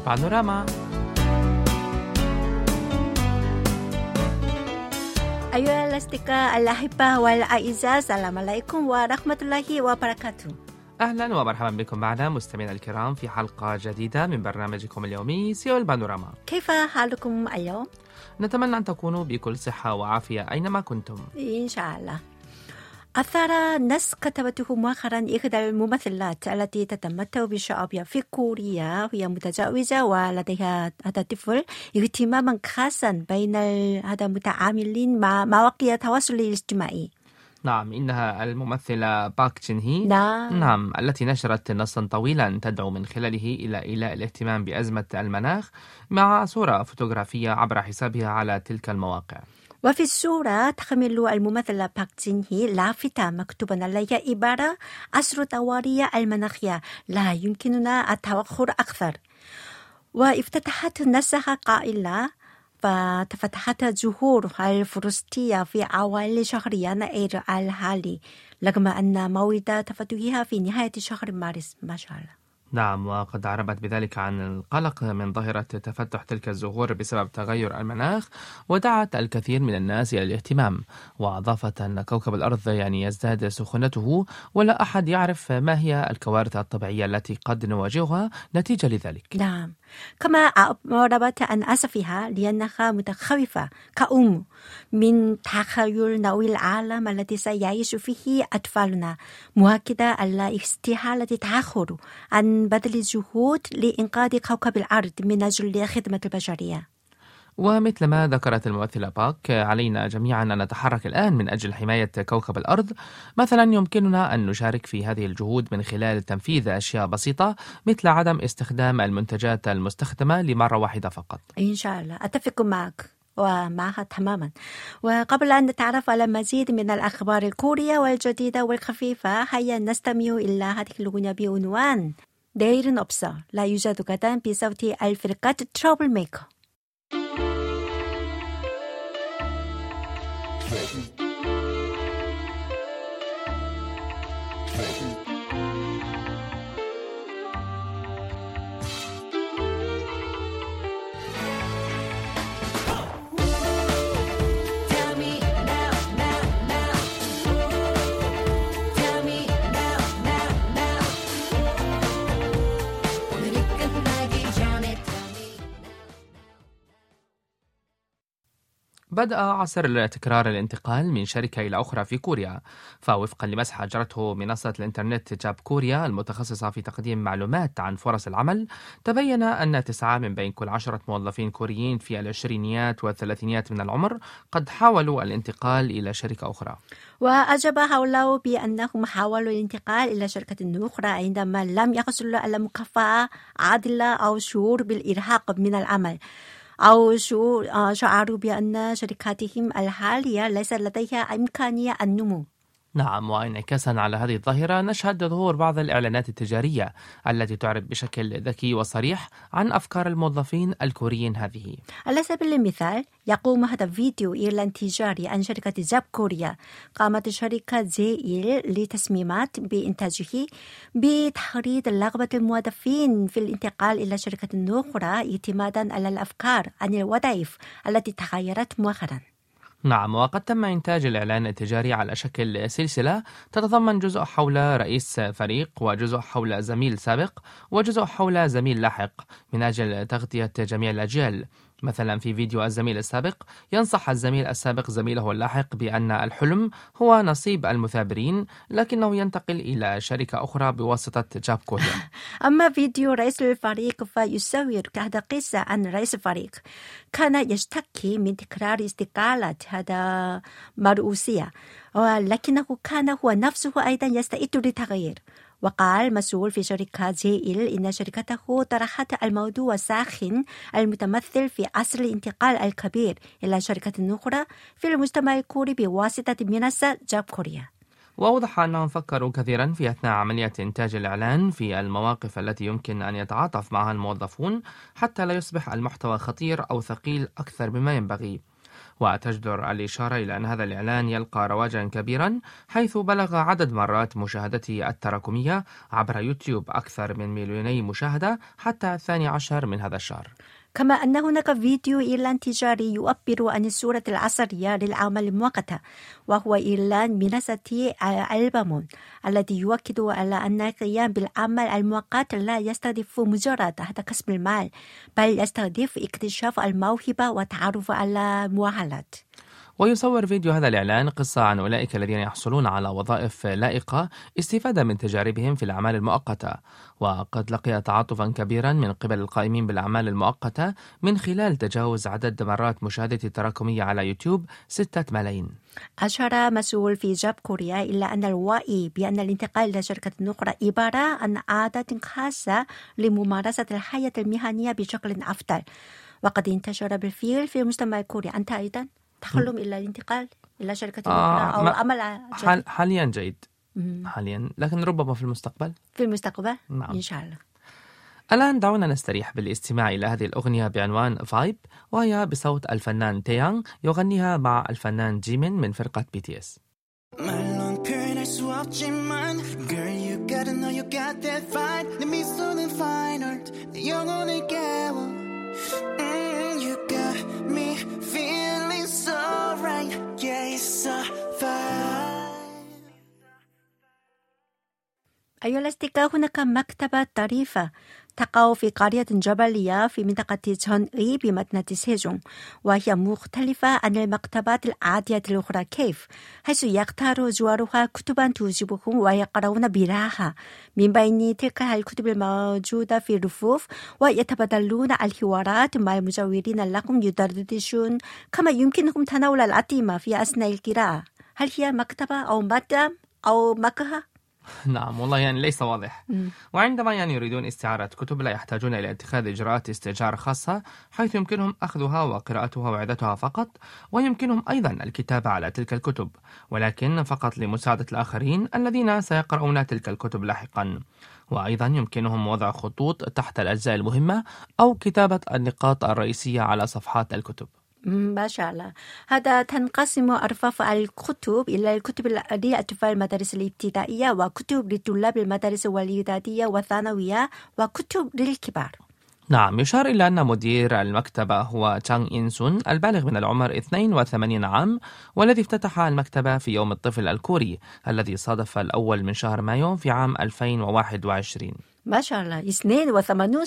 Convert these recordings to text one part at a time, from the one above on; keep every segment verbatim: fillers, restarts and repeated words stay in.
بانوراما. أيها الأصدقاء الأحبة والأعزاء، السلام عليكم ورحمة الله وبركاته. أهلا ومرحبا بكم معنا مستمعينا الكرام في حلقة جديدة من برنامجكم اليومي سيول بانوراما. كيف حالكم اليوم؟ نتمنى أن تكونوا بكل صحة وعافية أينما كنتم إن شاء الله. أثار نص كتبته مؤخرا إحدى الممثلات التي تتمتع بالشعبية في كوريا، هي متزوجة ولديها هذا الطفل، اهتماما خاصا بين هذا المتعاملين مع مواقع التواصل الاجتماعي. نعم، إنها الممثلة باك جين هي. نعم. نعم التي نشرت نصا طويلا تدعو من خلاله إلى إيلاء الاهتمام بأزمة المناخ مع صورة فوتوغرافية عبر حسابها على تلك المواقع. وفي الصورة تحمل الممثلة باك جين هي لافتة مكتوبا عليها عبارة: عصر طوارئ المناخية لا يمكننا التوخر أكثر. وافتتحت نصها قائلة: فتفتحت ظهور الفروستية في أوائل شهر يناير الحالي، رغم أن موعد تفتحها في نهاية شهر مارس. ما شاء الله. نعم، وقد عربت بذلك عن القلق من ظاهرة تفتح تلك الزهور بسبب تغير المناخ، ودعت الكثير من الناس إلى الاهتمام، وأضافت أن كوكب الأرض يعني يزداد سخونته، ولا أحد يعرف ما هي الكوارث الطبيعية التي قد نواجهها نتيجة لذلك. نعم، كما أعربت عن أسفها لأنها متخوفة كأم من تخيل نوع العالم الذي سيعيش فيه أطفالنا، مؤكدة على استحالة التأخر عن بذل جهود لإنقاذ كوكب الأرض من أجل خدمة البشرية. ومثل ما ذكرت الممثلة باك، علينا جميعا أن نتحرك الآن من أجل حماية كوكب الأرض. مثلا يمكننا أن نشارك في هذه الجهود من خلال تنفيذ أشياء بسيطة مثل عدم استخدام المنتجات المستخدمة لمرة واحدة فقط. إن شاء الله أتفق معك ومعها تماما. وقبل أن نتعرف على مزيد من الأخبار الكورية والجديدة والخفيفة، هيا نستمع إلى هذه الأغنية بعنوان 내일은 없어 لا يوجد غدا بصوت الفرقة ترابل ميكر. بدأ عصر تكرار الانتقال من شركة إلى أخرى في كوريا، فوفقا لمسح أجرته منصة الإنترنت جاب كوريا المتخصصة في تقديم معلومات عن فرص العمل، تبين أن تسعة من بين كل عشرة موظفين كوريين في العشرينيات والثلاثينيات من العمر قد حاولوا الانتقال إلى شركة أخرى. وأجاب هؤلاء بأنهم حاولوا الانتقال إلى شركة أخرى عندما لم يحصلوا على مكافأة عادلة أو شعور بالإرهاق من العمل، أو شعروا بأن شركاتهم الحالية ليس لديها إمكانية النمو. نعم، وانعكاسا على هذه الظاهرة نشهد ظهور بعض الإعلانات التجارية التي تعرض بشكل ذكي وصريح عن أفكار الموظفين الكوريين هذه. على سبيل المثال، يقوم هذا فيديو إعلان تجاري عن شركة جاب كوريا. قامت شركة جيل لتصميمات بإنتاجه بتحريض رغبة الموظفين في الانتقال إلى شركة أخرى اعتمادا على الأفكار عن الوظائف التي تغيرت مؤخرا. نعم، وقد تم إنتاج الإعلان التجاري على شكل سلسلة تتضمن جزء حول رئيس فريق، وجزء حول زميل سابق، وجزء حول زميل لاحق، من أجل تغطية جميع الأجيال. مثلا في فيديو الزميل السابق ينصح الزميل السابق زميله اللاحق بأن الحلم هو نصيب المثابرين، لكنه ينتقل إلى شركة أخرى بواسطة جاب كوريا. أما فيديو رئيس الفريق فيصور هذا قصة عن رئيس الفريق كان يشتكي من تكرار استقالة هذا مرؤوسية، ولكنه كان هو نفسه أيضا يستعد للتغيير. وقال مسؤول في شركة جيل إن شركته طرحت الموضوع الساخن المتمثل في عصر الانتقال الكبير إلى شركة أخرى في المجتمع الكوري بواسطة منصة جاب كوريا. وأوضح أنهم فكروا كثيرا في أثناء عملية إنتاج الإعلان في المواقف التي يمكن أن يتعاطف معها الموظفون حتى لا يصبح المحتوى خطير أو ثقيل أكثر مما ينبغي. وتجدر الإشارة إلى أن هذا الإعلان يلقى رواجا كبيرا، حيث بلغ عدد مرات مشاهدته التراكمية عبر يوتيوب أكثر من مليوني مشاهدة حتى الثاني عشر من هذا الشهر. كما أن هناك فيديو إعلان تجاري يعبر عن الصورة العصرية للأعمال المؤقتة، وهو إعلان منصة ألبوم الذي يؤكد على أن القيام بالعمل المؤقت لا يستهدف مجرد كسب المال، بل يستهدف اكتشاف الموهبة والتعرف على مؤهلات. ويصور فيديو هذا الإعلان قصة عن أولئك الذين يحصلون على وظائف لائقة استفادة من تجاربهم في الأعمال المؤقتة، وقد لقي تعاطفا كبيرا من قبل القائمين بالأعمال المؤقتة من خلال تجاوز عدد مرات مشاهدة التراكمية على يوتيوب ستة ملايين. أشار مسؤول في جاب كوريا إلى أن الوعي بأن الانتقال إلى شركة أخرى عبارة عن عادة خاصة لممارسة الحياة المهنية بشكل أفضل، وقد انتشر بالفعل في المجتمع الكوري. أنت أيضا تحلم إلى الانتقال إلى شركة آه أخرى أو عمل حال حاليا جيد مم. حاليا، لكن ربما في المستقبل في المستقبل نعم. إن شاء الله. الآن دعونا نستريح بالاستماع إلى هذه الأغنية بعنوان فايب، وهي بصوت الفنان تيانغ يغنيها مع الفنان جيمين من فرقة بي تي اس. أيها الأصدقاء، هناك مكتبة طريفة تقع في قرية جبلية في منطقة جونغي بمدينة سيجونغ، وهي مختلفة عن المكتبات العادية الأخرى. كيف؟ حيث يختار زوارها كتبا تعجبهم ويقرؤون براحة من بين تلك الكتب الموجودة في الرفوف، ويتبادلون الحوارات مع المجاورين لهم يدردشون كما يمكنهم تناول الأطعمة في أثناء القراءة. هل هي مكتبة أو مطعم أو مقهى؟ نعم والله يعني ليس واضح. م. وعندما يعني يريدون استعارة كتب لا يحتاجون إلى اتخاذ إجراءات استئجار خاصة، حيث يمكنهم أخذها وقراءتها وعدتها فقط، ويمكنهم أيضا الكتابة على تلك الكتب، ولكن فقط لمساعدة الآخرين الذين سيقرؤون تلك الكتب لاحقا. وأيضا يمكنهم وضع خطوط تحت الأجزاء المهمة أو كتابة النقاط الرئيسية على صفحات الكتب. ما شاء الله. هذا تنقسم أرفف الكتب إلى الكتب لأطفال المدارس الابتدائية، وكتب لطلاب المدارس الإعدادية والثانوية، وكتب للكبار. نعم، يشار إلى أن مدير المكتبة هو تشانغ إن سون البالغ من العمر اثنين وثمانين عام، والذي افتتح المكتبة في يوم الطفل الكوري الذي صادف الأول من شهر مايو في عام ألفين وواحد وعشرين. ما شاء الله، اثنين وثمانون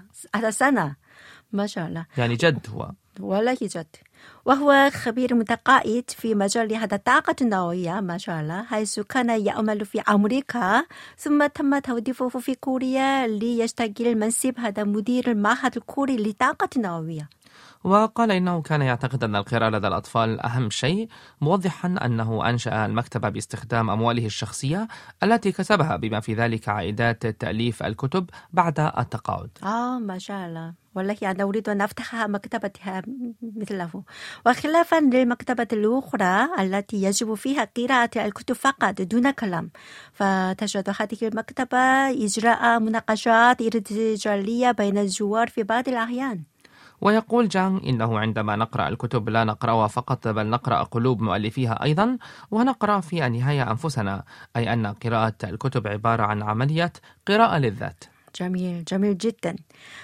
سنة، ما شاء الله، يعني جد هو والله جد. وهو خبير متقاعد في مجال هذا الطاقة النووية، ما شاء الله، حيث كان يعمل في أمريكا ثم تم توظيفه في كوريا ليشتغل منصب هذا مدير المعهد الكوري للطاقة النووية. وقال إنه كان يعتقد أن القراءة لدى الأطفال أهم شيء، موضحا أنه أنشأ المكتبة باستخدام أمواله الشخصية التي كسبها، بما في ذلك عائدات تأليف الكتب بعد التقاعد. آه ما شاء الله، والله أنا أريد أن أفتح مكتبتها مثله. وخلافا للمكتبة الأخرى التي يجب فيها قراءة الكتب فقط دون كلام، فتشهد هذه المكتبة إجراء مناقشات ارتجالية بين الزوار في بعض الأحيان. ويقول جانغ إنه عندما نقرأ الكتب لا نقرأها فقط، بل نقرأ قلوب مؤلفيها أيضا، ونقرأ في النهاية أنفسنا، أي أن قراءة الكتب عبارة عن عملية قراءة للذات. جميل جميل جدا.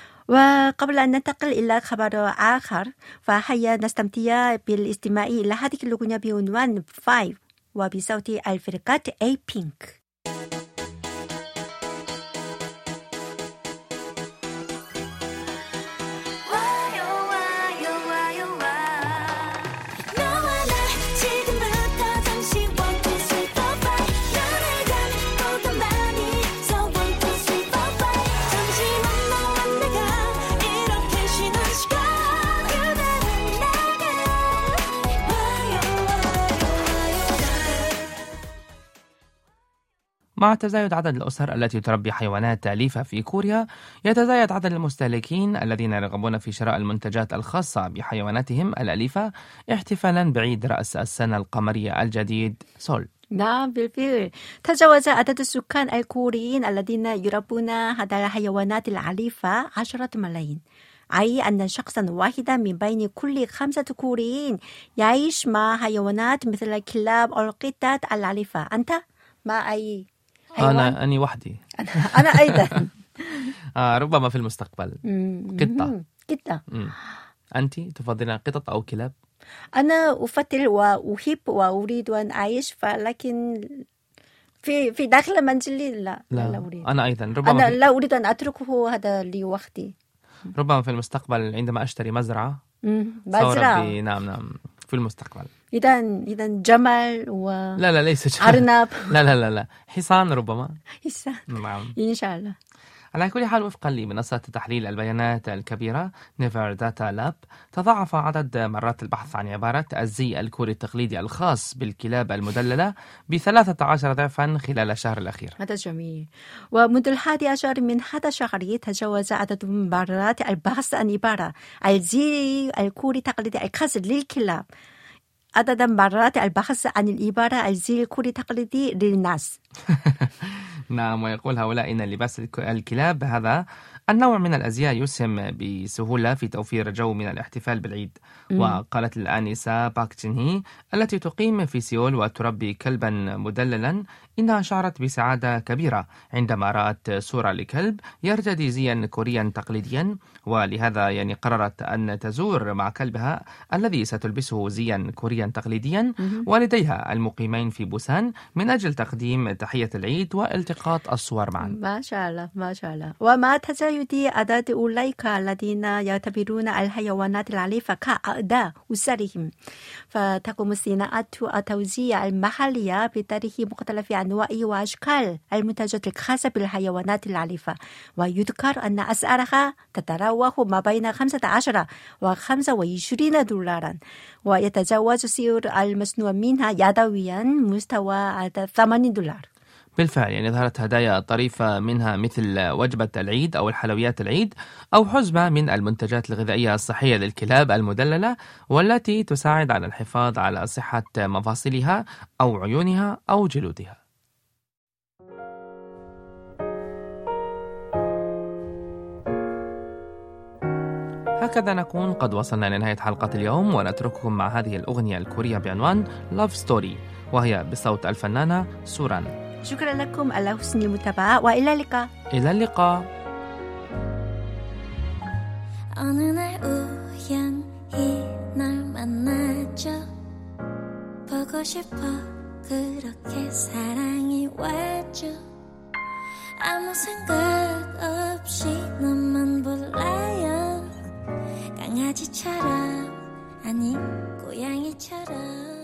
وقبل أن ننتقل إلى خبر آخر، فهيا نستمتع بالاستماع إلى هذه الأغنية بعنوان فايف وبصوت الفرقة أي بينك. مع تزايد عدد الأسر التي تربي حيوانات أليفة في كوريا، يتزايد عدد المستهلكين الذين يرغبون في شراء المنتجات الخاصة بحيواناتهم الأليفة احتفالا بعيد رأس السنة القمرية الجديد سول. نعم بالفعل، تجاوز عدد السكان الكوريين الذين يربون هذه الحيوانات الأليفة عشرة ملايين. أي أن شخصا واحدا من بين كل خمسة كوريين يعيش مع حيوانات مثل الكلاب أو القطط الأليفة. أنت مع أي حيوان؟ أنا أني وحدي. أنا, أنا أيضا. آه ربما في المستقبل قطة. قطة. أنت تفضلين قطط أو كلاب؟ أنا أفضل وأحب وأريد أن أعيش، لكن في في داخل منزلي لا لا, لا أريد. أنا أيضا ربما أنا في... لا أريد أن أتركه هذا لوحدي. ربما في المستقبل عندما أشتري مزرعة. مزرعة. نعم نعم في المستقبل. إذا إذا جمل و لا لا ليس جمل. أرنب. لا لا لا لا حصان ربما. حصان. نعم. إن شاء الله. على كل حال وفقا لمنصة تحليل البيانات الكبيرة نيفر داتا لاب تضاعف عدد مرات البحث عن عبارة الزي الكوري التقليدي الخاص بالكلاب المدللة بثلاثة عشر ضعفا خلال الشهر الأخير. هذا جميل. ومنذ الحادي عشر من هذا الشهر تجاوز عدد مرات البحث عن عبارة الزي الكوري التقليدي الخاص للكلاب عدد مرات البحث عن العبارة الزي الكوري التقليدي للناس. نعم. ويقول هؤلاء إن لباس الكلاب هذا النوع من الأزياء يسهم بسهولة في توفير جو من الاحتفال بالعيد. م. وقالت الآنسة باك جين هي التي تقيم في سيول وتربي كلبا مدللا إنها شعرت بسعادة كبيرة عندما رأت صورة لكلب يرتدي زيا كوريا تقليديا، ولهذا يعني قررت أن تزور مع كلبها الذي ستلبسه زيا كوريا تقليديا م. والديها المقيمين في بوسان من أجل تقديم تحية العيد والتقاط الصور معا. ما شاء الله ما شاء الله. وما تزايد أعداد أولئك الذين يعتبرون الحيوانات الأليفة كأعداء أسرهم، فتقوم صناعة التوزيع المحلية بطرح مختلف أنواع وأشكال المنتجات الخاصة بالحيوانات الأليفة، ويذكر أن أسعارها تتراوح ما بين خمسة عشر وخمسة وعشرين دولارا، ويتجاوز سعر المصنوع منها يدويا مستوى ثمانين دولار. بالفعل يعني ظهرت هدايا طريفة منها مثل وجبة العيد أو الحلويات العيد أو حزمة من المنتجات الغذائية الصحية للكلاب المدللة والتي تساعد على الحفاظ على صحة مفاصلها أو عيونها أو جلودها. هكذا نكون قد وصلنا لنهاية حلقة اليوم، ونترككم مع هذه الأغنية الكورية بعنوان Love Story وهي بصوت الفنانة سوران. شكرا لكم على حسن المتابعة وإلى اللقاء. إلى اللقاء. 어느 날 우연히 널 만났죠. 보고 싶어 그렇게 사랑이 왔죠. 아무 생각 없이 너만 몰라요. 강아지처럼 아니 고양이처럼